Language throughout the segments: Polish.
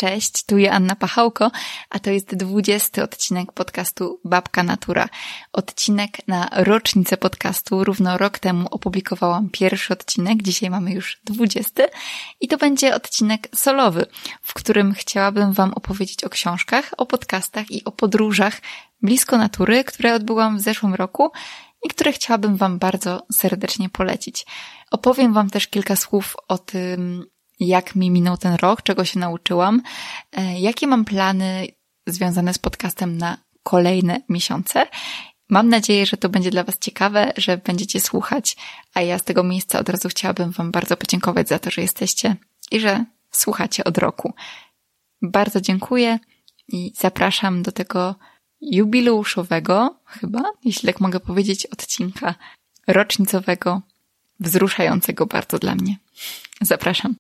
Cześć, tu Joanna Pachałko, a to jest 20. odcinek podcastu Babka Natura. Odcinek na rocznicę podcastu. Równo rok temu opublikowałam pierwszy odcinek, dzisiaj mamy już 20. I to będzie odcinek solowy, w którym chciałabym Wam opowiedzieć o książkach, o podcastach i o podróżach blisko natury, które odbyłam w zeszłym roku i które chciałabym Wam bardzo serdecznie polecić. Opowiem Wam też kilka słów o tym, jak mi minął ten rok, czego się nauczyłam, jakie mam plany związane z podcastem na kolejne miesiące. Mam nadzieję, że to będzie dla Was ciekawe, że będziecie słuchać, a ja z tego miejsca od razu chciałabym Wam bardzo podziękować za to, że jesteście i że słuchacie od roku. Bardzo dziękuję i zapraszam do tego jubileuszowego, chyba, jeśli tak mogę powiedzieć, odcinka rocznicowego, wzruszającego bardzo dla mnie. Zapraszam.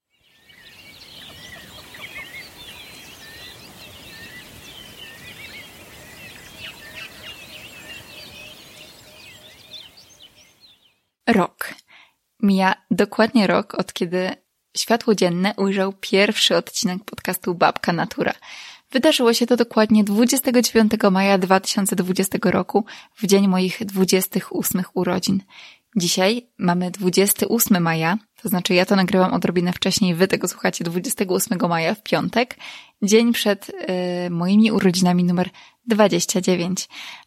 Rok. Mija dokładnie rok, od kiedy światło dzienne ujrzał pierwszy odcinek podcastu Babka Natura. Wydarzyło się to dokładnie 29 maja 2020 roku, w dzień moich 28 urodzin. Dzisiaj mamy 28 maja, to znaczy ja to nagrywam odrobinę wcześniej, wy tego słuchacie 28 maja w piątek, dzień przed moimi urodzinami numer 29.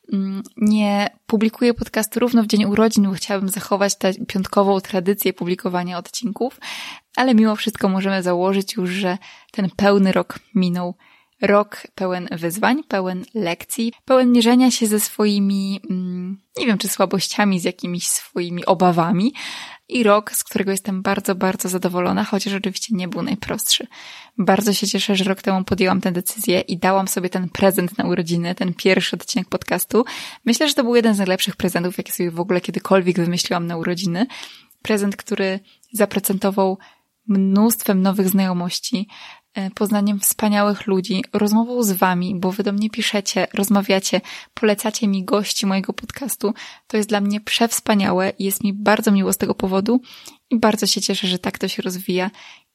Nie publikuję podcastu równo w dzień urodzin, bo chciałabym zachować tę piątkową tradycję publikowania odcinków, ale mimo wszystko możemy założyć już, że ten pełny rok minął. Rok pełen wyzwań, pełen lekcji, pełen mierzenia się ze swoimi, nie wiem czy słabościami, z jakimiś swoimi obawami i rok, z którego jestem bardzo, bardzo zadowolona, chociaż oczywiście nie był najprostszy. Bardzo się cieszę, że rok temu podjęłam tę decyzję i dałam sobie ten prezent na urodziny, ten pierwszy odcinek podcastu. Myślę, że to był jeden z najlepszych prezentów, jakie sobie w ogóle kiedykolwiek wymyśliłam na urodziny. Prezent, który zaprocentował mnóstwem nowych znajomości, poznaniem wspaniałych ludzi, rozmową z Wami, bo Wy do mnie piszecie, rozmawiacie, polecacie mi gości mojego podcastu. To jest dla mnie przewspaniałe i jest mi bardzo miło z tego powodu i bardzo się cieszę, że tak to się rozwija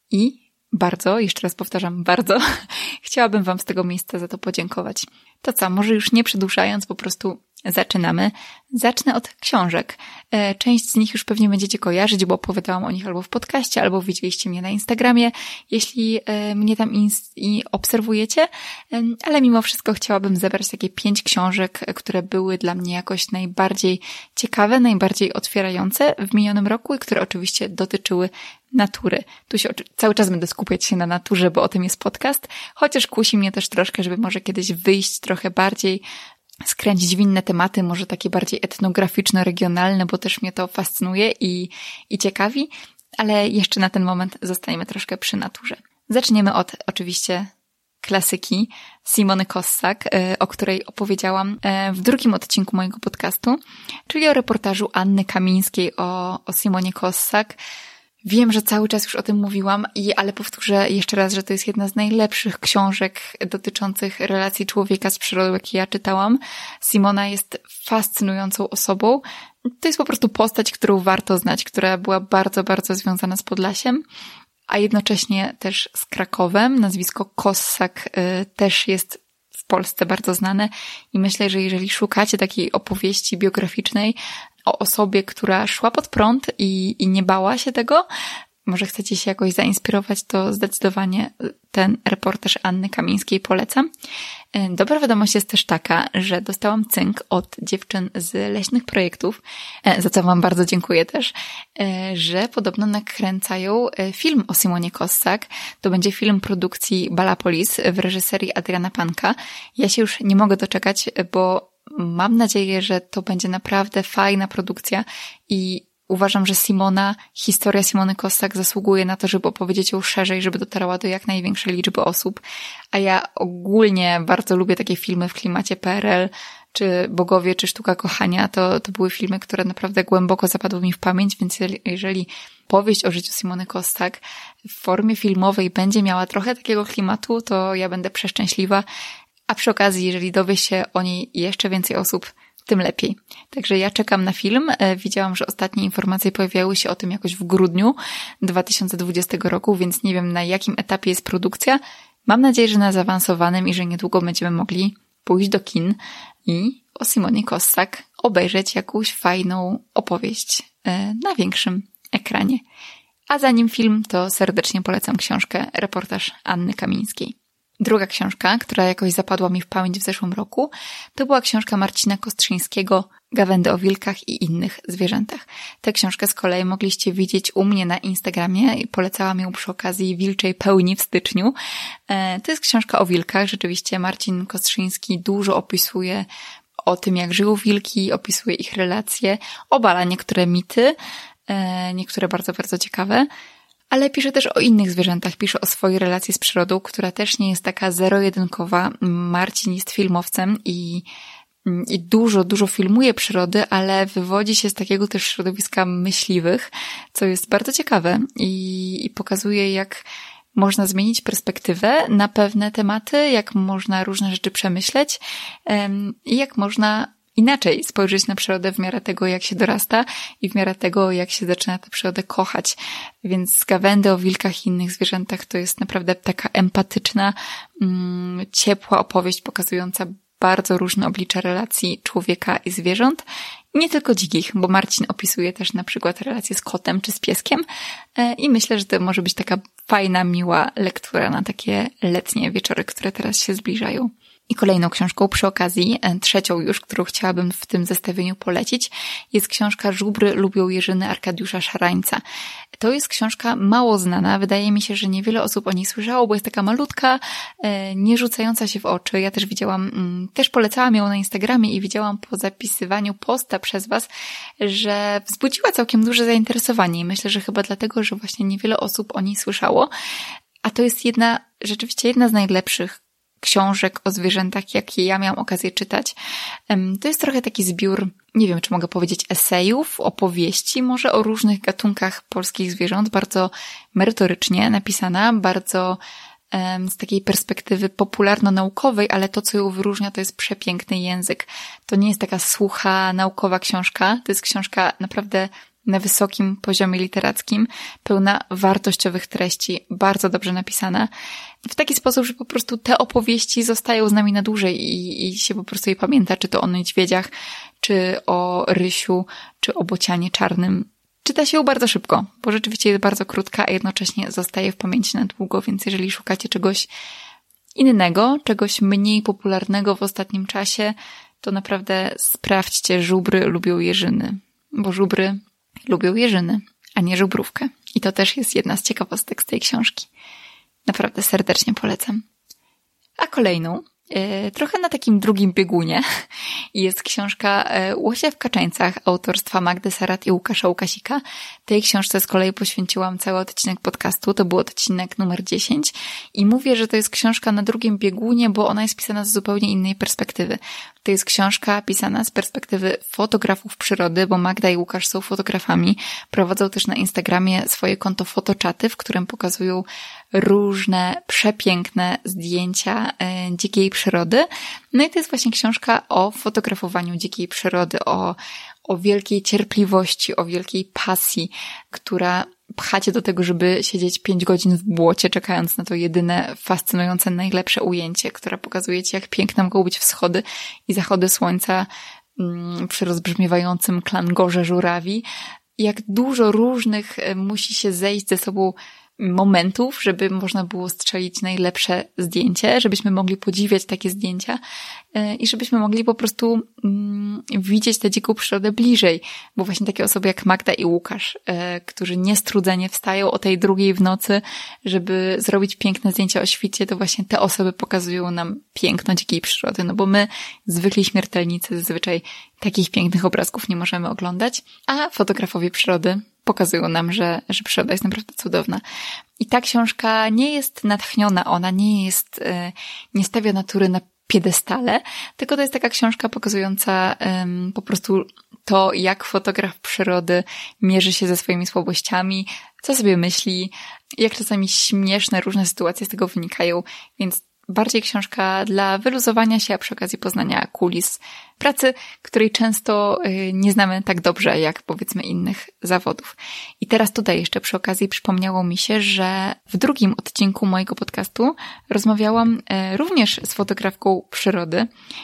i bardzo, jeszcze raz powtarzam, bardzo chciałabym Wam z tego miejsca za to podziękować. To co, może już nie przedłużając, po prostu zaczynamy. Zacznę od książek. Część z nich już pewnie będziecie kojarzyć, bo opowiadałam o nich albo w podcaście, albo widzieliście mnie na Instagramie, jeśli mnie tam obserwujecie, ale mimo wszystko chciałabym zebrać takie 5 książek, które były dla mnie jakoś najbardziej ciekawe, najbardziej otwierające w minionym roku i które oczywiście dotyczyły natury. Tu się cały czas będę skupiać się na naturze, bo o tym jest podcast, chociaż kusi mnie też troszkę, żeby może kiedyś wyjść trochę bardziej, skręcić w inne tematy, może takie bardziej etnograficzno-regionalne, bo też mnie to fascynuje i ciekawi, ale jeszcze na ten moment zostaniemy troszkę przy naturze. Zaczniemy od oczywiście klasyki Simony Kossak, o której opowiedziałam w drugim odcinku mojego podcastu, czyli o reportażu Anny Kamińskiej o Simonie Kossak. Wiem, że cały czas już o tym mówiłam, ale powtórzę jeszcze raz, że to jest jedna z najlepszych książek dotyczących relacji człowieka z przyrodą, jakie ja czytałam. Simona jest fascynującą osobą. To jest po prostu postać, którą warto znać, która była bardzo, bardzo związana z Podlasiem, a jednocześnie też z Krakowem. Nazwisko Kossak też jest w Polsce bardzo znane i myślę, że jeżeli szukacie takiej opowieści biograficznej o osobie, która szła pod prąd i nie bała się tego, może chcecie się jakoś zainspirować, to zdecydowanie ten reportaż Anny Kamińskiej polecam. Dobra wiadomość jest też taka, że dostałam cynk od dziewczyn z Leśnych Projektów, za co Wam bardzo dziękuję też, że podobno nakręcają film o Simonie Kossak. To będzie film produkcji Balapolis w reżyserii Adriana Panka. Ja się już nie mogę doczekać, bo mam nadzieję, że to będzie naprawdę fajna produkcja i uważam, że historia Simony Kossak zasługuje na to, żeby opowiedzieć ją szerzej, żeby dotarła do jak największej liczby osób. A ja ogólnie bardzo lubię takie filmy w klimacie PRL, czy Bogowie, czy Sztuka Kochania. To były filmy, które naprawdę głęboko zapadły mi w pamięć, więc jeżeli powieść o życiu Simony Kossak w formie filmowej będzie miała trochę takiego klimatu, to ja będę przeszczęśliwa. A przy okazji, jeżeli dowie się o niej jeszcze więcej osób, tym lepiej. Także ja czekam na film. Widziałam, że ostatnie informacje pojawiały się o tym jakoś w grudniu 2020 roku, więc nie wiem, na jakim etapie jest produkcja. Mam nadzieję, że na zaawansowanym i że niedługo będziemy mogli pójść do kin i o Simonie Kossak obejrzeć jakąś fajną opowieść na większym ekranie. A zanim film, to serdecznie polecam książkę Reportaż Anny Kamińskiej. Druga książka, która jakoś zapadła mi w pamięć w zeszłym roku, to była książka Marcina Kostrzyńskiego Gawędy o wilkach i innych zwierzętach. Tę książkę z kolei mogliście widzieć u mnie na Instagramie i polecałam ją przy okazji Wilczej Pełni w styczniu. To jest książka o wilkach. Rzeczywiście Marcin Kostrzyński dużo opisuje o tym, jak żyją wilki, opisuje ich relacje, obala niektóre mity, niektóre bardzo, bardzo ciekawe. Ale pisze też o innych zwierzętach, pisze o swojej relacji z przyrodą, która też nie jest taka zero-jedynkowa. Marcin jest filmowcem i dużo filmuje przyrody, ale wywodzi się z takiego też środowiska myśliwych, co jest bardzo ciekawe i pokazuje, jak można zmienić perspektywę na pewne tematy, jak można różne rzeczy przemyśleć i jak można inaczej spojrzeć na przyrodę w miarę tego, jak się dorasta i w miarę tego, jak się zaczyna tę przyrodę kochać. Więc Gawędy o wilkach i innych zwierzętach to jest naprawdę taka empatyczna, ciepła opowieść pokazująca bardzo różne oblicza relacji człowieka i zwierząt. Nie tylko dzikich, bo Marcin opisuje też na przykład relacje z kotem czy z pieskiem i myślę, że to może być taka fajna, miła lektura na takie letnie wieczory, które teraz się zbliżają. I kolejną książką przy okazji, trzecią już, którą chciałabym w tym zestawieniu polecić, jest książka Żubry lubią jeżyny Arkadiusza Szarańca. To jest książka mało znana. Wydaje mi się, że niewiele osób o niej słyszało, bo jest taka malutka, nie rzucająca się w oczy. Ja też widziałam, też polecałam ją na Instagramie i widziałam po zapisywaniu posta przez Was, że wzbudziła całkiem duże zainteresowanie. I myślę, że chyba dlatego, że właśnie niewiele osób o niej słyszało. A to jest rzeczywiście jedna z najlepszych książek o zwierzętach, jakie ja miałam okazję czytać. To jest trochę taki zbiór, nie wiem, czy mogę powiedzieć esejów, opowieści, może o różnych gatunkach polskich zwierząt, bardzo merytorycznie napisana, bardzo z takiej perspektywy popularno-naukowej, ale to, co ją wyróżnia, to jest przepiękny język. To nie jest taka sucha, naukowa książka, to jest książka naprawdę na wysokim poziomie literackim, pełna wartościowych treści, bardzo dobrze napisana, w taki sposób, że po prostu te opowieści zostają z nami na dłużej i się po prostu je pamięta, czy to o niedźwiedziach, czy o rysiu, czy o bocianie czarnym. Czyta się ją bardzo szybko, bo rzeczywiście jest bardzo krótka, a jednocześnie zostaje w pamięci na długo, więc jeżeli szukacie czegoś innego, czegoś mniej popularnego w ostatnim czasie, to naprawdę sprawdźcie Żubry lubią jeżyny, bo żubry lubią jeżyny, a nie żubrówkę. I to też jest jedna z ciekawostek z tej książki. Naprawdę serdecznie polecam. A kolejną, trochę na takim drugim biegunie, jest książka Łosie w Kaczeńcach autorstwa Magdy Sarat i Łukasza Łukasika. Tej książce z kolei poświęciłam cały odcinek podcastu, to był odcinek numer 10 i mówię, że to jest książka na drugim biegunie, bo ona jest pisana z zupełnie innej perspektywy. To jest książka pisana z perspektywy fotografów przyrody, bo Magda i Łukasz są fotografami. Prowadzą też na Instagramie swoje konto Fotoczaty, w którym pokazują różne przepiękne zdjęcia dzikiej przyrody. No i to jest właśnie książka o fotografowaniu dzikiej przyrody, o wielkiej cierpliwości, o wielkiej pasji, która pcha cię do tego, żeby siedzieć 5 godzin w błocie, czekając na to jedyne, fascynujące, najlepsze ujęcie, które pokazuje ci, jak piękne mogą być wschody i zachody słońca przy rozbrzmiewającym klangorze żurawi. Jak dużo różnych musi się zejść ze sobą momentów, żeby można było strzelić najlepsze zdjęcie, żebyśmy mogli podziwiać takie zdjęcia i żebyśmy mogli po prostu widzieć tę dziką przyrodę bliżej, bo właśnie takie osoby jak Magda i Łukasz, którzy niestrudzenie wstają o tej 2 w nocy, żeby zrobić piękne zdjęcia o świcie, to właśnie te osoby pokazują nam piękno dzikiej przyrody, no bo my, zwykli śmiertelnicy, zazwyczaj takich pięknych obrazków nie możemy oglądać, a fotografowie przyrody pokazują nam, że przyroda jest naprawdę cudowna. I ta książka nie jest natchniona, ona nie stawia natury na piedestale, tylko to jest taka książka pokazująca po prostu to, jak fotograf przyrody mierzy się ze swoimi słabościami, co sobie myśli, jak czasami śmieszne różne sytuacje z tego wynikają, więc bardziej książka dla wyluzowania się, a przy okazji poznania kulis pracy, której często nie znamy tak dobrze jak powiedzmy innych zawodów. I teraz tutaj jeszcze przy okazji przypomniało mi się, że w drugim odcinku mojego podcastu rozmawiałam również z fotografką przyrody.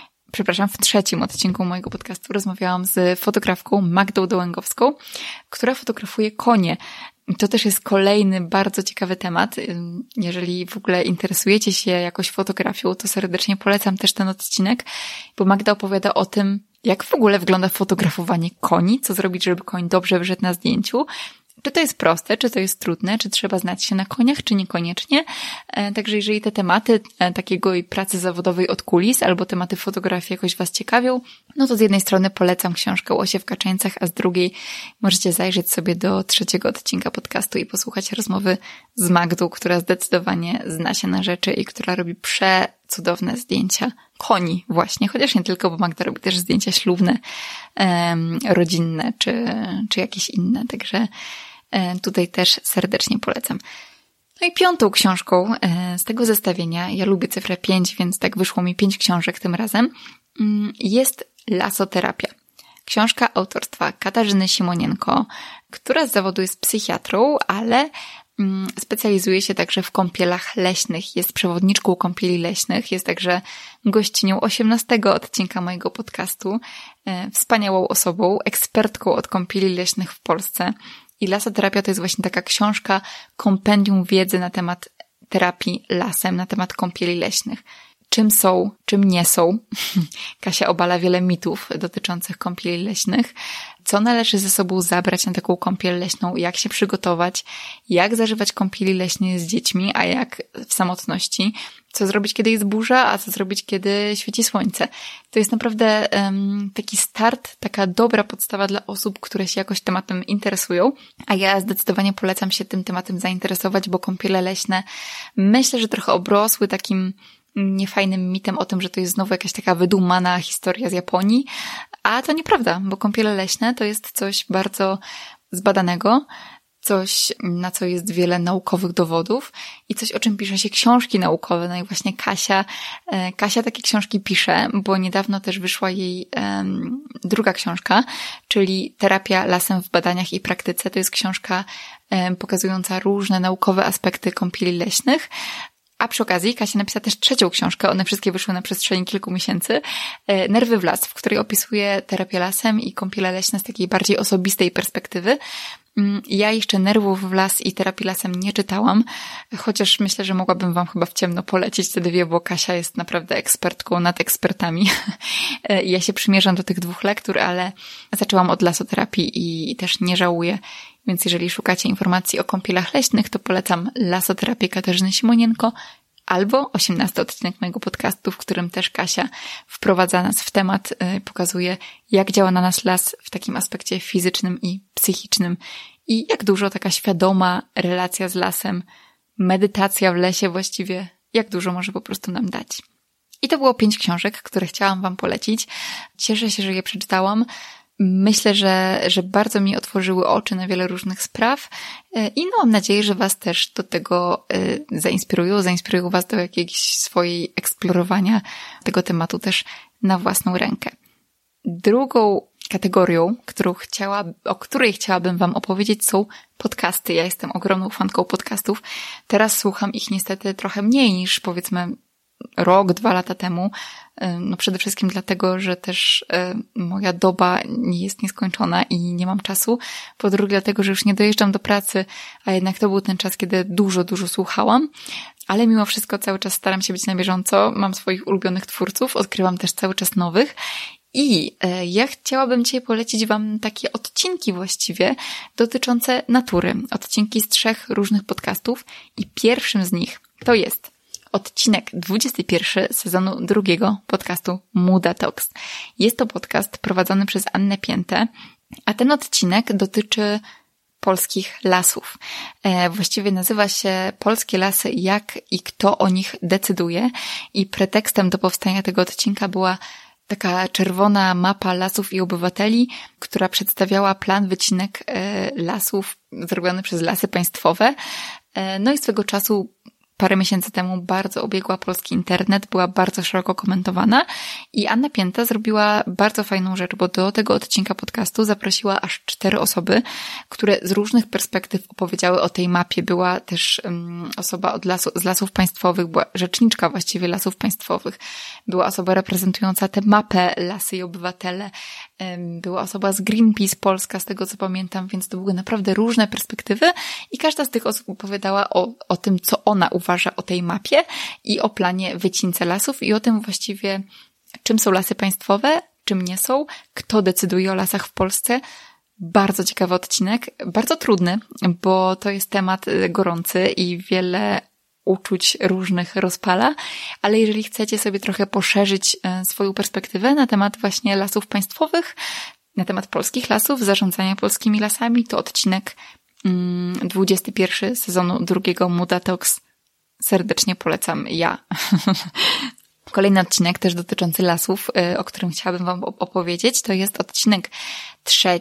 W trzecim odcinku mojego podcastu rozmawiałam z fotografką Magdą Dołęgowską, która fotografuje konie. To też jest kolejny bardzo ciekawy temat. Jeżeli w ogóle interesujecie się jakoś fotografią, to serdecznie polecam też ten odcinek, bo Magda opowiada o tym, jak w ogóle wygląda fotografowanie koni, co zrobić, żeby koń dobrze wyszedł na zdjęciu. Czy to jest proste, czy to jest trudne, czy trzeba znać się na koniach, czy niekoniecznie. Także jeżeli te tematy takiego i pracy zawodowej od kulis albo tematy fotografii jakoś Was ciekawią, no to z jednej strony polecam książkę Łosie w Kaczeńcach, a z drugiej możecie zajrzeć sobie do trzeciego odcinka podcastu i posłuchać rozmowy z Magdą, która zdecydowanie zna się na rzeczy i która robi cudowne zdjęcia koni właśnie, chociaż nie tylko, bo Magda robi też zdjęcia ślubne, rodzinne czy jakieś inne, także tutaj też serdecznie polecam. No i piątą książką z tego zestawienia, ja lubię cyfrę 5, więc tak wyszło mi 5 książek tym razem, jest Lasoterapia. Książka autorstwa Katarzyny Simonienko, która z zawodu jest psychiatrą, ale specjalizuje się także w kąpielach leśnych, jest przewodniczką kąpieli leśnych, jest także gościnią 18 odcinka mojego podcastu, wspaniałą osobą, ekspertką od kąpieli leśnych w Polsce. I Lasoterapia to jest właśnie taka książka, kompendium wiedzy na temat terapii lasem, na temat kąpieli leśnych. Czym są, czym nie są. Kasia obala wiele mitów dotyczących kąpieli leśnych. Co należy ze sobą zabrać na taką kąpiel leśną, jak się przygotować, jak zażywać kąpieli leśne z dziećmi, a jak w samotności. Co zrobić, kiedy jest burza, a co zrobić, kiedy świeci słońce. To jest naprawdę taki start, taka dobra podstawa dla osób, które się jakoś tematem interesują, a ja zdecydowanie polecam się tym tematem zainteresować, bo kąpiele leśne myślę, że trochę obrosły takim niefajnym mitem o tym, że to jest znowu jakaś taka wydumana historia z Japonii, a to nieprawda, bo kąpiele leśne to jest coś bardzo zbadanego, coś, na co jest wiele naukowych dowodów i coś, o czym pisze się książki naukowe. No i właśnie Kasia takie książki pisze, bo niedawno też wyszła jej druga książka, czyli Terapia lasem w badaniach i praktyce. To jest książka pokazująca różne naukowe aspekty kąpieli leśnych. A przy okazji Kasia napisała też trzecią książkę, one wszystkie wyszły na przestrzeni kilku miesięcy, Nerwy w las, w której opisuje terapię lasem i kąpiele leśne z takiej bardziej osobistej perspektywy. Ja jeszcze Nerwów w las i terapii lasem nie czytałam, chociaż myślę, że mogłabym Wam chyba w ciemno polecić te dwie, bo Kasia jest naprawdę ekspertką nad ekspertami. Ja się przymierzam do tych 2 lektur, ale zaczęłam od lasoterapii i też nie żałuję. Więc jeżeli szukacie informacji o kąpielach leśnych, to polecam Lasoterapię Katarzyny Simonienko albo 18 odcinek mojego podcastu, w którym też Kasia wprowadza nas w temat, pokazuje, jak działa na nas las w takim aspekcie fizycznym i psychicznym i jak dużo taka świadoma relacja z lasem, medytacja w lesie właściwie, jak dużo może po prostu nam dać. I to było 5 książek, które chciałam Wam polecić. Cieszę się, że je przeczytałam. Myślę, że bardzo mi otworzyły oczy na wiele różnych spraw i mam nadzieję, że Was też do tego zainspirują Was do jakiegoś swojej eksplorowania tego tematu też na własną rękę. Drugą kategorią, o której chciałabym Wam opowiedzieć, są podcasty. Ja jestem ogromną fanką podcastów. Teraz słucham ich niestety trochę mniej niż powiedzmy rok, 2 lata temu. No przede wszystkim dlatego, że też moja doba nie jest nieskończona i nie mam czasu. Po drugie dlatego, że już nie dojeżdżam do pracy, a jednak to był ten czas, kiedy dużo słuchałam. Ale mimo wszystko cały czas staram się być na bieżąco. Mam swoich ulubionych twórców, odkrywam też cały czas nowych. I ja chciałabym dzisiaj polecić Wam takie odcinki właściwie dotyczące natury. Odcinki z 3 różnych podcastów i pierwszym z nich to jest odcinek 21 sezonu 2 podcastu Muda Talks. Jest to podcast prowadzony przez Annę Piętę, a ten odcinek dotyczy polskich lasów. Właściwie nazywa się Polskie lasy, jak i kto o nich decyduje i pretekstem do powstania tego odcinka była taka czerwona mapa lasów i obywateli, która przedstawiała plan wycinek lasów zrobiony przez Lasy Państwowe. No i swego czasu parę miesięcy temu bardzo obiegła polski internet, była bardzo szeroko komentowana i Anna Pięta zrobiła bardzo fajną rzecz, bo do tego odcinka podcastu zaprosiła aż 4 osoby, które z różnych perspektyw opowiedziały o tej mapie. Była też osoba z Lasów Państwowych, była rzeczniczka właściwie Lasów Państwowych, była osoba reprezentująca tę mapę Lasy i Obywatele, była osoba z Greenpeace Polska, z tego co pamiętam, więc to były naprawdę różne perspektywy i każda z tych osób opowiadała o tym, co ona uważa o tej mapie i o planie wycince lasów i o tym właściwie, czym są lasy państwowe, czym nie są, kto decyduje o lasach w Polsce. Bardzo ciekawy odcinek, bardzo trudny, bo to jest temat gorący i wiele uczuć różnych rozpala, ale jeżeli chcecie sobie trochę poszerzyć swoją perspektywę na temat właśnie lasów państwowych, na temat polskich lasów, zarządzania polskimi lasami, to odcinek 21 sezonu 2 Muda Talks serdecznie polecam ja. Kolejny odcinek też dotyczący lasów, o którym chciałabym wam opowiedzieć, to jest odcinek 3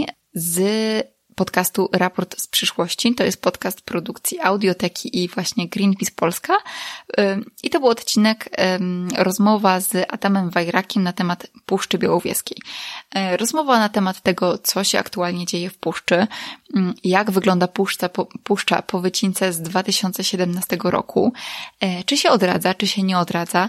z podcastu Raport z przyszłości. To jest podcast produkcji Audioteki i właśnie Greenpeace Polska. I to był odcinek, rozmowa z Adamem Wajrakiem na temat Puszczy Białowieskiej. Rozmowa na temat tego, co się aktualnie dzieje w puszczy, jak wygląda puszcza po wycince z 2017 roku, czy się odradza, czy się nie odradza,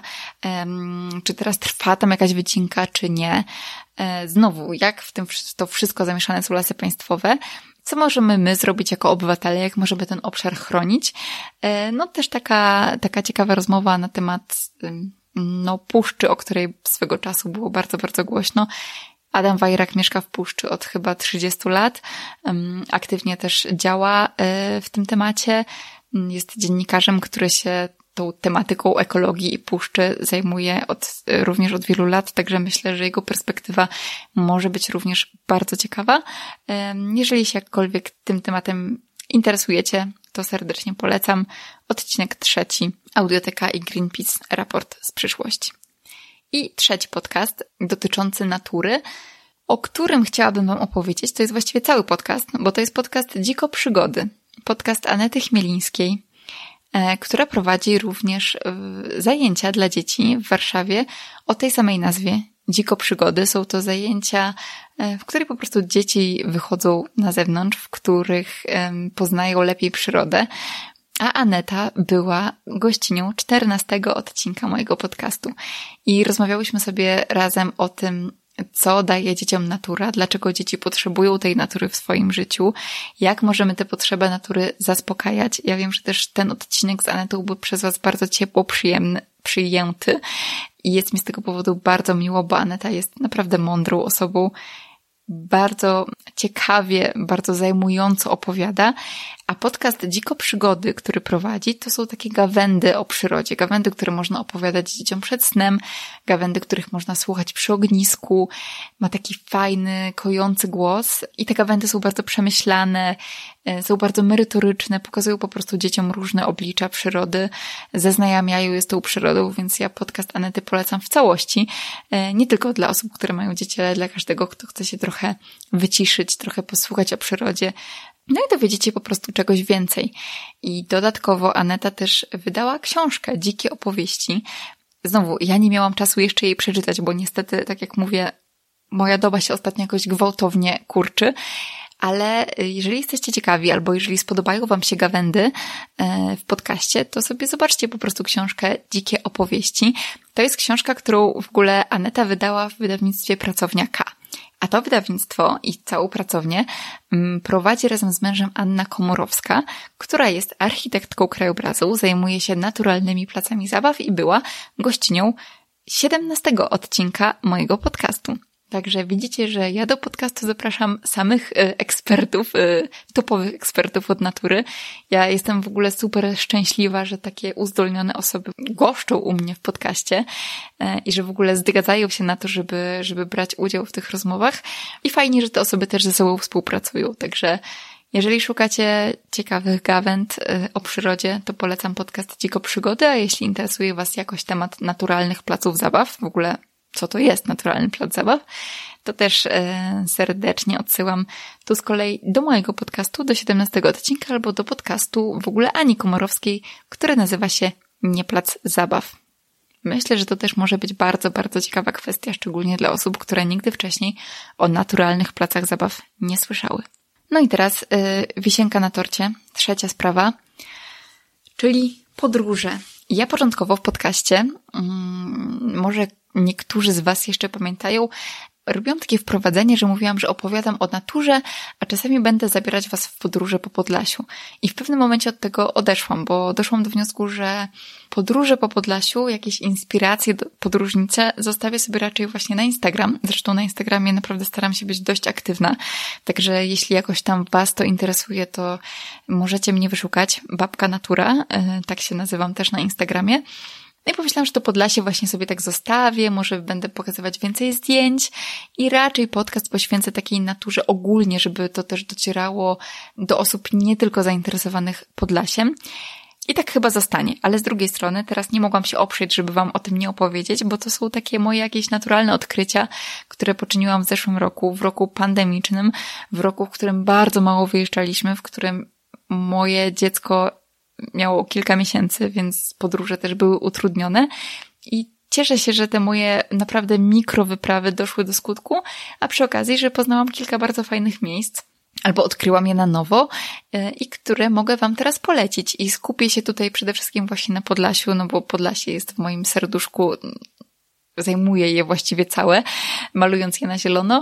czy teraz trwa tam jakaś wycinka, czy nie. Znowu, jak w tym to wszystko zamieszane są lasy państwowe, co możemy my zrobić jako obywatele, jak możemy ten obszar chronić. No też taka ciekawa rozmowa na temat puszczy, o której swego czasu było bardzo, bardzo głośno. Adam Wajrak mieszka w puszczy od chyba 30 lat, aktywnie też działa w tym temacie, jest dziennikarzem, który się tą tematyką ekologii i puszczy zajmuje również od wielu lat, także myślę, że jego perspektywa może być również bardzo ciekawa. Jeżeli się jakkolwiek tym tematem interesujecie, to serdecznie polecam. Odcinek 3, Audioteka i Greenpeace, Raport z przyszłości. I 3 podcast dotyczący natury, o którym chciałabym wam opowiedzieć. To jest właściwie cały podcast, bo to jest podcast Dziko Przygody. Podcast Anety Chmielińskiej, która prowadzi również zajęcia dla dzieci w Warszawie o tej samej nazwie, Dziko Przygody. Są to zajęcia, w których po prostu dzieci wychodzą na zewnątrz, w których poznają lepiej przyrodę. A Aneta była gościnią 14 odcinka mojego podcastu i rozmawiałyśmy sobie razem o tym, co daje dzieciom natura, dlaczego dzieci potrzebują tej natury w swoim życiu, jak możemy tę potrzebę natury zaspokajać. Ja wiem, że też ten odcinek z Anetą był przez was bardzo ciepło przyjęty i jest mi z tego powodu bardzo miło, bo Aneta jest naprawdę mądrą osobą, bardzo ciekawie, bardzo zajmująco opowiada, a podcast Dziko Przygody, który prowadzi, to są takie gawędy o przyrodzie, gawędy, które można opowiadać dzieciom przed snem, gawędy, których można słuchać przy ognisku, ma taki fajny, kojący głos i te gawędy są bardzo przemyślane, są bardzo merytoryczne, pokazują po prostu dzieciom różne oblicza przyrody, zaznajamiają je z tą przyrodą, więc ja podcast Anety polecam w całości, nie tylko dla osób, które mają dzieci, ale dla każdego, kto chce się trochę wyciszyć, trochę posłuchać o przyrodzie, no i dowiedzieć się po prostu czegoś więcej. I dodatkowo Aneta też wydała książkę Dzikie opowieści. Znowu, ja nie miałam czasu jeszcze jej przeczytać, bo niestety, tak jak mówię, moja doba się ostatnio jakoś gwałtownie kurczy, ale jeżeli jesteście ciekawi, albo jeżeli spodobają wam się gawędy w podcaście, to sobie zobaczcie po prostu książkę Dzikie opowieści. To jest książka, którą w ogóle Aneta wydała w wydawnictwie Pracownia K. A to wydawnictwo i całą pracownię prowadzi razem z mężem Anna Komorowska, która jest architektką krajobrazu, zajmuje się naturalnymi placami zabaw i była gościnią 17 odcinka mojego podcastu. Także widzicie, że ja do podcastu zapraszam samych ekspertów, topowych ekspertów od natury. Ja jestem w ogóle super szczęśliwa, że takie uzdolnione osoby goszczą u mnie w podcaście i że w ogóle zgadzają się na to, żeby brać udział w tych rozmowach. I fajnie, że te osoby też ze sobą współpracują. Także jeżeli szukacie ciekawych gawęd o przyrodzie, to polecam podcast Dziko Przygody, a jeśli interesuje was jakoś temat naturalnych placów zabaw, w ogóle co to jest naturalny plac zabaw, to też serdecznie odsyłam tu z kolei do mojego podcastu, do 17 odcinka, albo do podcastu w ogóle Ani Komorowskiej, który nazywa się Nie plac zabaw. Myślę, że to też może być bardzo, bardzo ciekawa kwestia, szczególnie dla osób, które nigdy wcześniej o naturalnych placach zabaw nie słyszały. No i teraz wisienka na torcie, trzecia sprawa, czyli podróże. Ja początkowo w podcaście, może niektórzy z Was jeszcze pamiętają, robiłam takie wprowadzenie, że mówiłam, że opowiadam o naturze, a czasami będę zabierać Was w podróże po Podlasiu. I w pewnym momencie od tego odeszłam, bo doszłam do wniosku, że podróże po Podlasiu, jakieś inspiracje podróżnicze zostawię sobie raczej właśnie na Instagram. Zresztą na Instagramie naprawdę staram się być dość aktywna, także jeśli jakoś tam Was to interesuje, to możecie mnie wyszukać. Babka Natura, tak się nazywam też na Instagramie. No i pomyślałam, że to Podlasie właśnie sobie tak zostawię, może będę pokazywać więcej zdjęć i raczej podcast poświęcę takiej naturze ogólnie, żeby to też docierało do osób nie tylko zainteresowanych Podlasiem. I tak chyba zostanie, ale z drugiej strony teraz nie mogłam się oprzeć, żeby Wam o tym nie opowiedzieć, bo to są takie moje jakieś naturalne odkrycia, które poczyniłam w zeszłym roku, w roku pandemicznym, w roku, w którym bardzo mało wyjeżdżaliśmy, w którym moje dziecko miało kilka miesięcy, więc podróże też były utrudnione i cieszę się, że te moje naprawdę mikrowyprawy doszły do skutku, a przy okazji, że poznałam kilka bardzo fajnych miejsc, albo odkryłam je na nowo i które mogę Wam teraz polecić i skupię się tutaj przede wszystkim właśnie na Podlasiu, no bo Podlasie jest w moim serduszku, zajmuję je właściwie całe, malując je na zielono.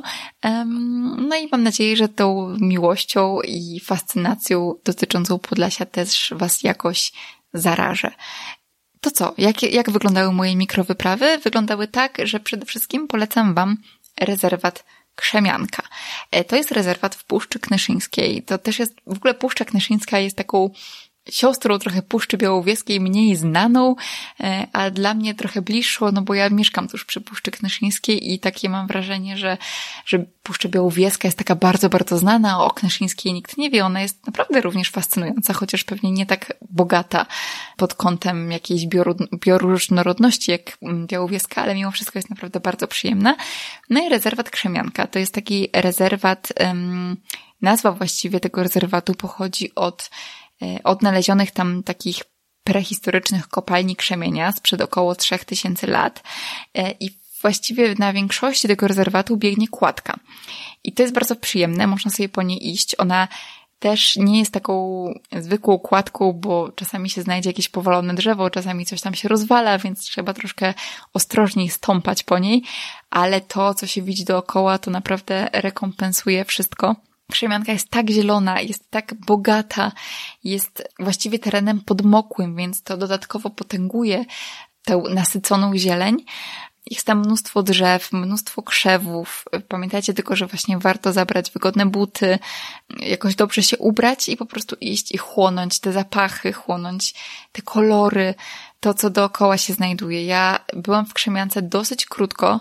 No i mam nadzieję, że tą miłością i fascynacją dotyczącą Podlasia też Was jakoś zarażę. To co? Jak wyglądały moje mikrowyprawy? Wyglądały tak, że przede wszystkim polecam Wam rezerwat Krzemianka. To jest rezerwat w Puszczy Knyszyńskiej. To też jest, w ogóle Puszcza Knyszyńska jest taką siostrą trochę Puszczy Białowieskiej, mniej znaną, a dla mnie trochę bliższą, no bo ja mieszkam tuż przy Puszczy Knyszyńskiej i takie mam wrażenie, że Puszcza Białowieska jest taka bardzo, bardzo znana, a o Knyszyńskiej nikt nie wie. Ona jest naprawdę również fascynująca, chociaż pewnie nie tak bogata pod kątem jakiejś bioróżnorodności jak Białowieska, ale mimo wszystko jest naprawdę bardzo przyjemna. No i rezerwat Krzemianka. To jest taki rezerwat, nazwa właściwie tego rezerwatu pochodzi od odnalezionych tam takich prehistorycznych kopalni krzemienia sprzed około 3000 lat i właściwie na większości tego rezerwatu biegnie kładka. I to jest bardzo przyjemne, można sobie po niej iść. Ona też nie jest taką zwykłą kładką, bo czasami się znajdzie jakieś powalone drzewo, czasami coś tam się rozwala, więc trzeba troszkę ostrożniej stąpać po niej, ale to, co się widzi dookoła, to naprawdę rekompensuje wszystko. Krzemianka jest tak zielona, jest tak bogata, jest właściwie terenem podmokłym, więc to dodatkowo potęguje tę nasyconą zieleń. Jest tam mnóstwo drzew, mnóstwo krzewów. Pamiętajcie tylko, że właśnie warto zabrać wygodne buty, jakoś dobrze się ubrać i po prostu iść i chłonąć te zapachy, chłonąć te kolory, to co dookoła się znajduje. Ja byłam w Krzemiance dosyć krótko,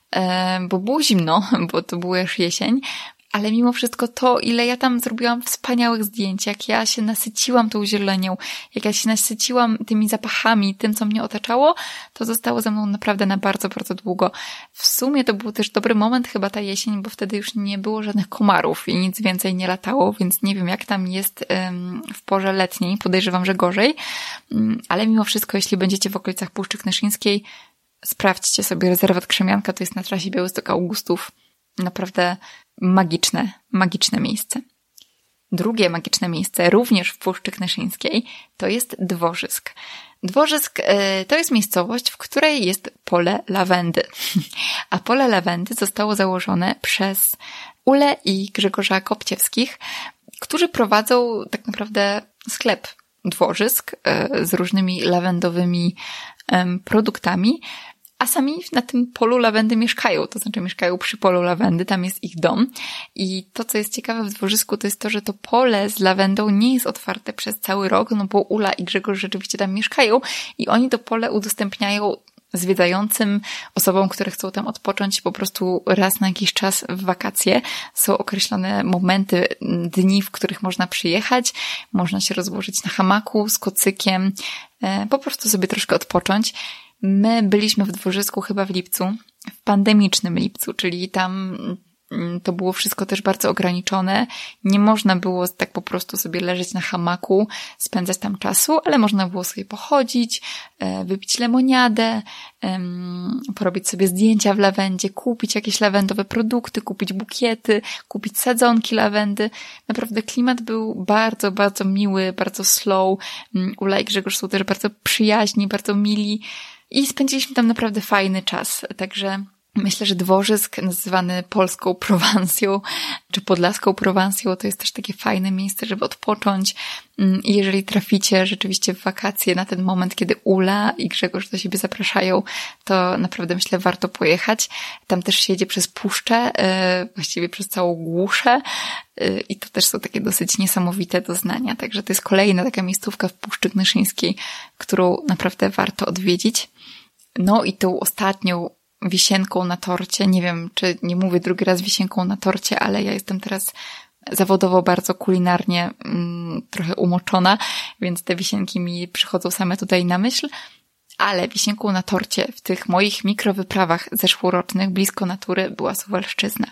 bo było zimno, bo to była już jesień, ale mimo wszystko to, ile ja tam zrobiłam wspaniałych zdjęć, jak ja się nasyciłam tą zielenią, jak ja się nasyciłam tymi zapachami, tym, co mnie otaczało, to zostało ze mną naprawdę na bardzo, bardzo długo. W sumie to był też dobry moment, chyba ta jesień, bo wtedy już nie było żadnych komarów i nic więcej nie latało, więc nie wiem, jak tam jest w porze letniej. Podejrzewam, że gorzej, ale mimo wszystko, jeśli będziecie w okolicach Puszczy Knyszyńskiej, sprawdźcie sobie rezerwat Krzemianka, to jest na trasie Białystok-Augustów. Naprawdę magiczne miejsce. Drugie magiczne miejsce, również w Puszczy Knyszyńskiej, to jest Dworzysk. Dworzysk to jest miejscowość, w której jest pole lawendy. A pole lawendy zostało założone przez Ulę i Grzegorza Kopciewskich, którzy prowadzą tak naprawdę sklep Dworzysk z różnymi lawendowymi produktami, a sami na tym polu lawendy mieszkają, to znaczy mieszkają przy polu lawendy, tam jest ich dom. I to, co jest ciekawe w Dworzysku, to jest to, że to pole z lawendą nie jest otwarte przez cały rok, no bo Ula i Grzegorz rzeczywiście tam mieszkają i oni to pole udostępniają zwiedzającym, osobom, które chcą tam odpocząć po prostu raz na jakiś czas w wakacje. Są określone momenty, dni, w których można przyjechać, można się rozłożyć na hamaku z kocykiem, po prostu sobie troszkę odpocząć. My byliśmy w Dworzysku chyba w lipcu w pandemicznym lipcu, czyli tam to było wszystko też bardzo ograniczone. Nie można było tak po prostu sobie leżeć na hamaku, spędzać tam czasu, ale można było sobie pochodzić, wypić lemoniadę, porobić sobie zdjęcia w lawendzie, kupić jakieś lawendowe produkty, kupić bukiety, kupić sadzonki lawendy. Naprawdę klimat był bardzo, bardzo miły, bardzo slow. Ula i Grzegorz są też bardzo przyjaźni, bardzo mili i spędziliśmy tam naprawdę fajny czas. Także myślę, że dworzysk nazywany polską Prowansją czy podlaską Prowansją to jest też takie fajne miejsce, żeby odpocząć. I jeżeli traficie rzeczywiście w wakacje na ten moment, kiedy Ula i Grzegorz do siebie zapraszają, to naprawdę myślę, warto pojechać. Tam też się jedzie przez puszczę, właściwie przez całą głuszę i to też są takie dosyć niesamowite doznania. Także to jest kolejna taka miejscówka w Puszczy Knyszyńskiej, którą naprawdę warto odwiedzić. No i tą ostatnią wisienką na torcie. Nie wiem, czy nie mówię drugi raz wisienką na torcie, ale ja jestem teraz zawodowo bardzo kulinarnie trochę umoczona, więc te wisienki mi przychodzą same tutaj na myśl. Ale wisienką na torcie w tych moich mikrowyprawach zeszłorocznych blisko natury była Suwalszczyzna.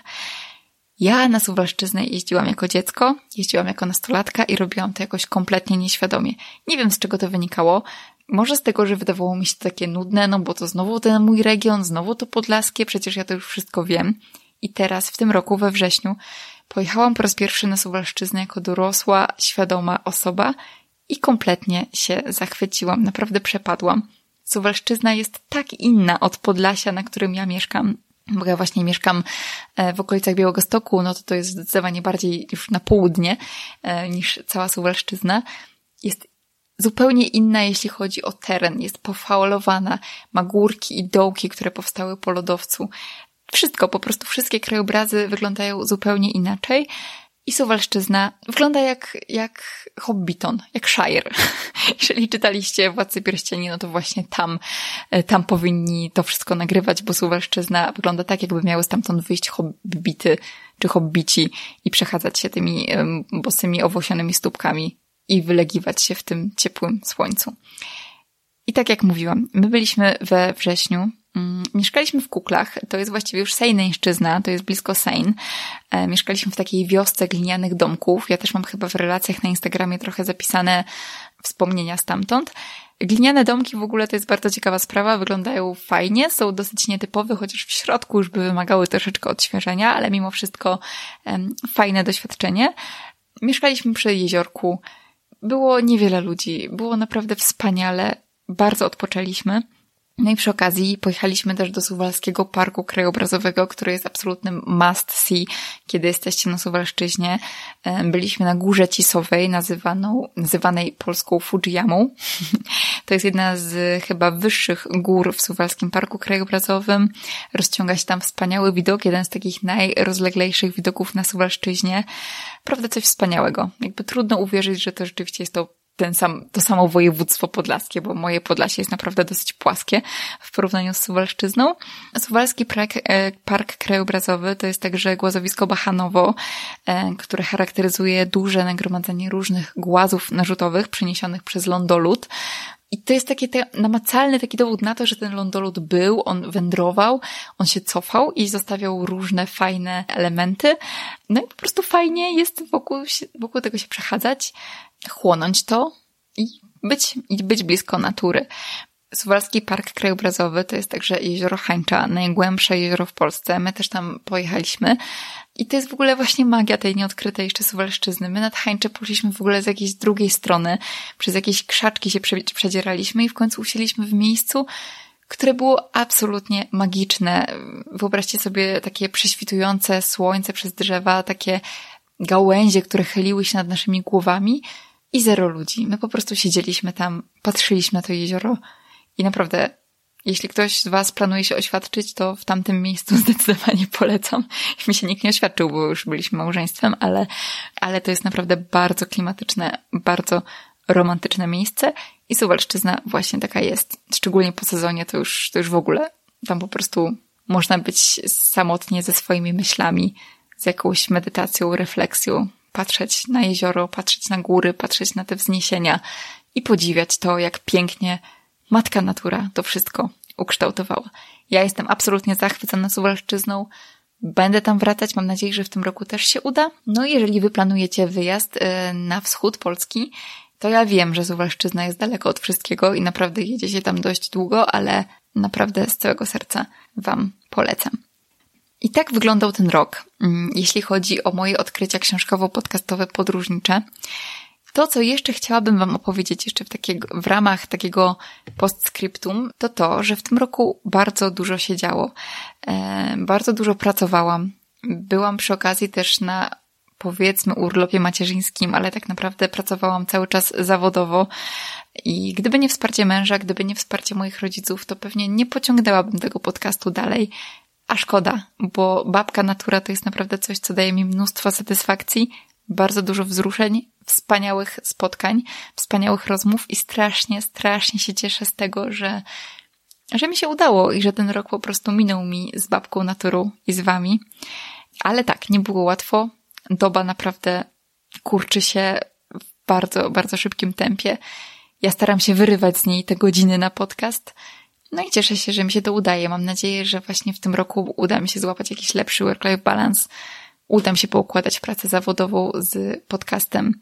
Ja na Suwalszczyznę jeździłam jako dziecko, jeździłam jako nastolatka i robiłam to jakoś kompletnie nieświadomie. Nie wiem, z czego to wynikało. Może z tego, że wydawało mi się to takie nudne, no bo to znowu ten mój region, znowu to podlaskie, przecież ja to już wszystko wiem. I teraz, w tym roku, we wrześniu, pojechałam po raz pierwszy na Suwalszczyznę jako dorosła, świadoma osoba i kompletnie się zachwyciłam, naprawdę przepadłam. Suwalszczyzna jest tak inna od Podlasia, na którym ja mieszkam, bo ja właśnie mieszkam w okolicach Białegostoku, no to jest zdecydowanie bardziej już na południe niż cała Suwalszczyzna. Jest zupełnie inna, jeśli chodzi o teren. Jest pofaulowana, ma górki i dołki, które powstały po lodowcu. Wszystko, po prostu wszystkie krajobrazy wyglądają zupełnie inaczej. I Suwalszczyzna wygląda jak Hobbiton, jak Shire. Jeżeli czytaliście Władcy Pierścieni, no to właśnie tam powinni to wszystko nagrywać, bo Suwalszczyzna wygląda tak, jakby miały stamtąd wyjść hobbity czy hobbici i przechadzać się tymi bosymi, owłosionymi stópkami i wylegiwać się w tym ciepłym słońcu. I tak jak mówiłam, my byliśmy we wrześniu, mieszkaliśmy w Kuklach, to jest właściwie już Sejneńszczyzna, to jest blisko Sejn. Mieszkaliśmy w takiej wiosce glinianych domków, ja też mam chyba w relacjach na Instagramie trochę zapisane wspomnienia stamtąd. Gliniane domki w ogóle to jest bardzo ciekawa sprawa, wyglądają fajnie, są dosyć nietypowe, chociaż w środku już by wymagały troszeczkę odświeżenia, ale mimo wszystko fajne doświadczenie. Mieszkaliśmy przy jeziorku, było niewiele ludzi, było naprawdę wspaniale, bardzo odpoczęliśmy. No i przy okazji pojechaliśmy też do Suwalskiego Parku Krajobrazowego, który jest absolutnym must see, kiedy jesteście na Suwalszczyźnie. Byliśmy na Górze Cisowej, nazywanej polską Fujiyamą. To jest jedna z chyba wyższych gór w Suwalskim Parku Krajobrazowym. Rozciąga się tam wspaniały widok, jeden z takich najrozleglejszych widoków na Suwalszczyźnie. Prawda, coś wspaniałego. Jakby trudno uwierzyć, że to rzeczywiście jest to samo województwo podlaskie, bo moje Podlasie jest naprawdę dosyć płaskie w porównaniu z Suwalszczyzną. Suwalski Park Krajobrazowy to jest także głazowisko Bachanowo, które charakteryzuje duże nagromadzenie różnych głazów narzutowych przeniesionych przez lądolód. I to jest taki namacalny taki dowód na to, że ten lądolód był, on wędrował, on się cofał i zostawiał różne fajne elementy. No i po prostu fajnie jest wokół tego się przechadzać, chłonąć to i być blisko natury. Suwalski Park Krajobrazowy to jest także jezioro Hańcza, najgłębsze jezioro w Polsce. My też tam pojechaliśmy i to jest w ogóle właśnie magia tej nieodkrytej jeszcze Suwalszczyzny. My nad Hańcze poszliśmy w ogóle z jakiejś drugiej strony, przez jakieś krzaczki się przedzieraliśmy i w końcu usiedliśmy w miejscu, które było absolutnie magiczne. Wyobraźcie sobie takie prześwitujące słońce przez drzewa, takie gałęzie, które chyliły się nad naszymi głowami i zero ludzi. My po prostu siedzieliśmy tam, patrzyliśmy na to jezioro i naprawdę, jeśli ktoś z Was planuje się oświadczyć, to w tamtym miejscu zdecydowanie polecam. Mi się nikt nie oświadczył, bo już byliśmy małżeństwem, ale to jest naprawdę bardzo klimatyczne, bardzo romantyczne miejsce i Suwalszczyzna właśnie taka jest. Szczególnie po sezonie to już w ogóle. Tam po prostu można być samotnie ze swoimi myślami, z jakąś medytacją, refleksją, patrzeć na jezioro, patrzeć na góry, patrzeć na te wzniesienia i podziwiać to, jak pięknie Matka Natura to wszystko ukształtowała. Ja jestem absolutnie zachwycona Suwalszczyzną. Będę tam wracać, mam nadzieję, że w tym roku też się uda. No i jeżeli wy planujecie wyjazd na wschód Polski, to ja wiem, że Suwalszczyzna jest daleko od wszystkiego i naprawdę jedzie się tam dość długo, ale naprawdę z całego serca wam polecam. I tak wyglądał ten rok, jeśli chodzi o moje odkrycia książkowo-podcastowe podróżnicze. To, co jeszcze chciałabym wam opowiedzieć jeszcze w ramach takiego postscriptum, to, że w tym roku bardzo dużo się działo. Bardzo dużo pracowałam. Byłam przy okazji też na, powiedzmy, urlopie macierzyńskim, ale tak naprawdę pracowałam cały czas zawodowo i gdyby nie wsparcie męża, gdyby nie wsparcie moich rodziców, to pewnie nie pociągnęłabym tego podcastu dalej. A szkoda, bo Babka Natura to jest naprawdę coś, co daje mi mnóstwo satysfakcji, bardzo dużo wzruszeń, wspaniałych spotkań, wspaniałych rozmów i strasznie, strasznie się cieszę z tego, że mi się udało i że ten rok po prostu minął mi z Babką Naturą i z wami. Ale tak, nie było łatwo. Doba naprawdę kurczy się w bardzo, bardzo szybkim tempie. Ja staram się wyrywać z niej te godziny na podcast. No i cieszę się, że mi się to udaje. Mam nadzieję, że właśnie w tym roku uda mi się złapać jakiś lepszy work-life balance. Uda mi się poukładać pracę zawodową z podcastem,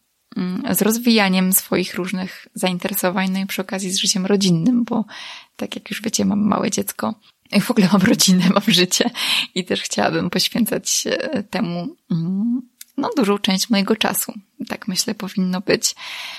z rozwijaniem swoich różnych zainteresowań, no i przy okazji z życiem rodzinnym, bo tak jak już wiecie, mam małe dziecko i w ogóle mam rodzinę, mam życie i też chciałabym poświęcać temu dużą część mojego czasu. Tak myślę powinno być.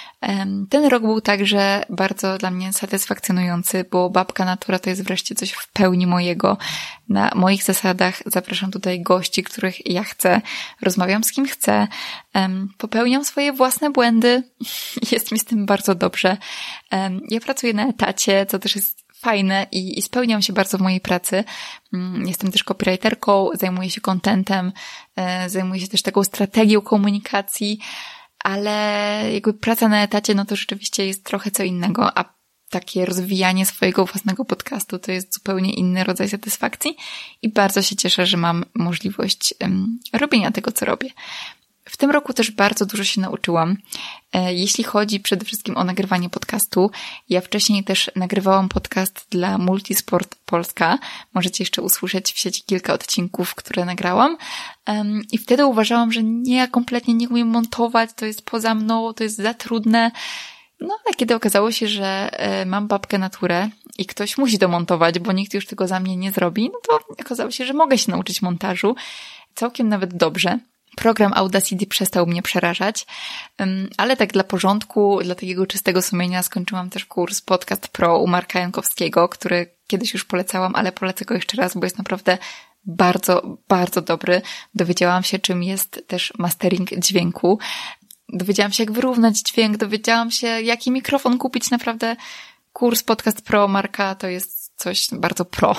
Ten rok był także bardzo dla mnie satysfakcjonujący, bo Babka Natura to jest wreszcie coś w pełni mojego, na moich zasadach. Zapraszam tutaj gości, których ja chcę, rozmawiam z kim chcę, popełniam swoje własne błędy, jest mi z tym bardzo dobrze. Ja pracuję na etacie, co też jest fajne i spełniam się bardzo w mojej pracy. Jestem też copywriterką, zajmuję się contentem, zajmuję się też taką strategią komunikacji, ale jakby praca na etacie, no to rzeczywiście jest trochę co innego, a takie rozwijanie swojego własnego podcastu to jest zupełnie inny rodzaj satysfakcji i bardzo się cieszę, że mam możliwość robienia tego, co robię. W tym roku też bardzo dużo się nauczyłam. Jeśli chodzi przede wszystkim o nagrywanie podcastu, ja wcześniej też nagrywałam podcast dla Multisport Polska. Możecie jeszcze usłyszeć w sieci kilka odcinków, które nagrałam. I wtedy uważałam, że ja kompletnie nie umiem montować, to jest poza mną, to jest za trudne. No ale kiedy okazało się, że mam Babkę Naturę i ktoś musi to montować, bo nikt już tego za mnie nie zrobi, no to okazało się, że mogę się nauczyć montażu. Całkiem nawet dobrze. Program Audacity przestał mnie przerażać, ale tak dla porządku, dla takiego czystego sumienia skończyłam też kurs Podcast Pro u Marka Jankowskiego, który kiedyś już polecałam, ale polecę go jeszcze raz, bo jest naprawdę bardzo, bardzo dobry. Dowiedziałam się, czym jest też mastering dźwięku. Dowiedziałam się, jak wyrównać dźwięk, dowiedziałam się, jaki mikrofon kupić. Naprawdę kurs Podcast Pro Marka to jest coś bardzo pro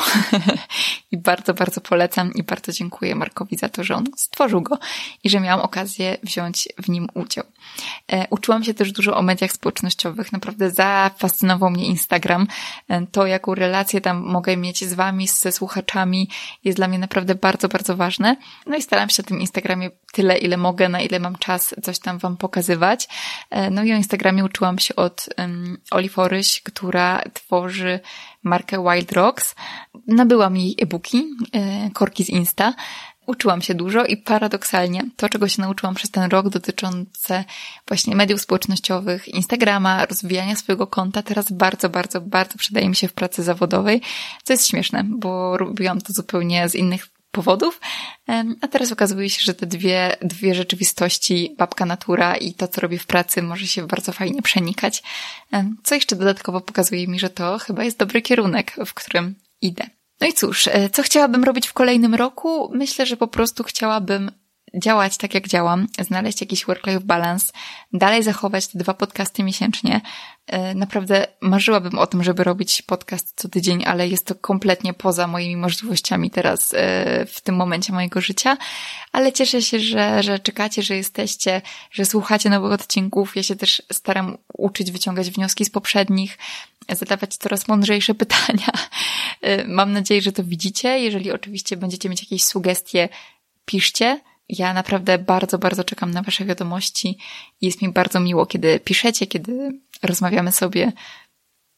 i bardzo, bardzo polecam i bardzo dziękuję Markowi za to, że on stworzył go i że miałam okazję wziąć w nim udział. Uczyłam się też dużo o mediach społecznościowych. Naprawdę zafascynował mnie Instagram. To, jaką relację tam mogę mieć z wami, ze słuchaczami jest dla mnie naprawdę bardzo, bardzo ważne. No i staram się na tym Instagramie tyle, ile mogę, na ile mam czas coś tam wam pokazywać. No i o Instagramie uczyłam się od Oli Foryś, która tworzy markę Wild Rocks. Nabyłam jej e-booki, korki z Insta. Uczyłam się dużo i paradoksalnie to, czego się nauczyłam przez ten rok dotyczące właśnie mediów społecznościowych, Instagrama, rozwijania swojego konta, teraz bardzo, bardzo, bardzo przydaje mi się w pracy zawodowej, co jest śmieszne, bo robiłam to zupełnie z innych powodów, a teraz okazuje się, że te dwie rzeczywistości, Babka Natura i to, co robię w pracy, może się bardzo fajnie przenikać, co jeszcze dodatkowo pokazuje mi, że to chyba jest dobry kierunek, w którym idę. No i cóż, co chciałabym robić w kolejnym roku? Myślę, że po prostu chciałabym działać tak, jak działam, znaleźć jakiś work-life balance, dalej zachować te 2 podcasty miesięcznie. Naprawdę marzyłabym o tym, żeby robić podcast co tydzień, ale jest to kompletnie poza moimi możliwościami teraz w tym momencie mojego życia, ale cieszę się, że czekacie, że jesteście, że słuchacie nowych odcinków. Ja się też staram uczyć wyciągać wnioski z poprzednich, zadawać coraz mądrzejsze pytania. Mam nadzieję, że to widzicie. Jeżeli oczywiście będziecie mieć jakieś sugestie, piszcie. Ja naprawdę bardzo, bardzo czekam na wasze wiadomości i jest mi bardzo miło, kiedy piszecie, kiedy rozmawiamy sobie.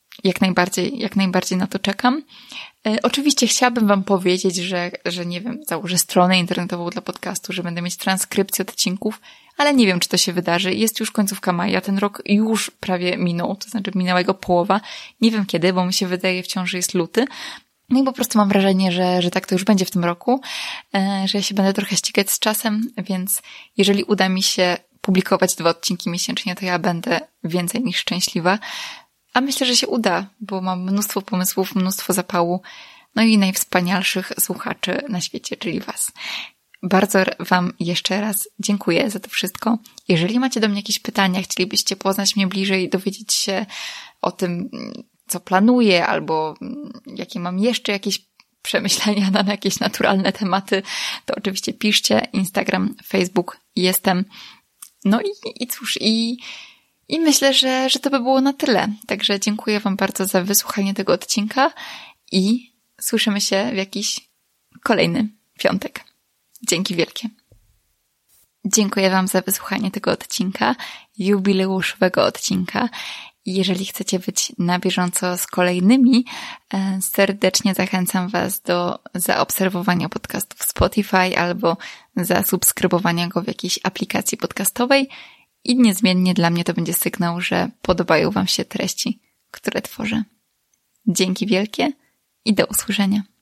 jak najbardziej na to czekam. Oczywiście chciałabym wam powiedzieć, że nie wiem, założę stronę internetową dla podcastu, że będę mieć transkrypcję odcinków, ale nie wiem, czy to się wydarzy. Jest już końcówka maja, ten rok już prawie minął, to znaczy minęła jego połowa. Nie wiem kiedy, bo mi się wydaje wciąż, że jest luty. No i po prostu mam wrażenie, że tak to już będzie w tym roku, że ja się będę trochę ścigać z czasem, więc jeżeli uda mi się publikować 2 odcinki miesięcznie, to ja będę więcej niż szczęśliwa. A myślę, że się uda, bo mam mnóstwo pomysłów, mnóstwo zapału, no i najwspanialszych słuchaczy na świecie, czyli was. Bardzo wam jeszcze raz dziękuję za to wszystko. Jeżeli macie do mnie jakieś pytania, chcielibyście poznać mnie bliżej, dowiedzieć się o tym, co planuję, albo jakie mam jeszcze jakieś przemyślenia na jakieś naturalne tematy, to oczywiście piszcie. Instagram, Facebook, jestem. No i cóż, i myślę, że to by było na tyle. Także dziękuję wam bardzo za wysłuchanie tego odcinka i słyszymy się w jakiś kolejny piątek. Dzięki wielkie. Dziękuję wam za wysłuchanie tego odcinka, jubileuszowego odcinka. I jeżeli chcecie być na bieżąco z kolejnymi, serdecznie zachęcam was do zaobserwowania podcastu w Spotify albo zasubskrybowania go w jakiejś aplikacji podcastowej i niezmiennie dla mnie to będzie sygnał, że podobają wam się treści, które tworzę. Dzięki wielkie i do usłyszenia.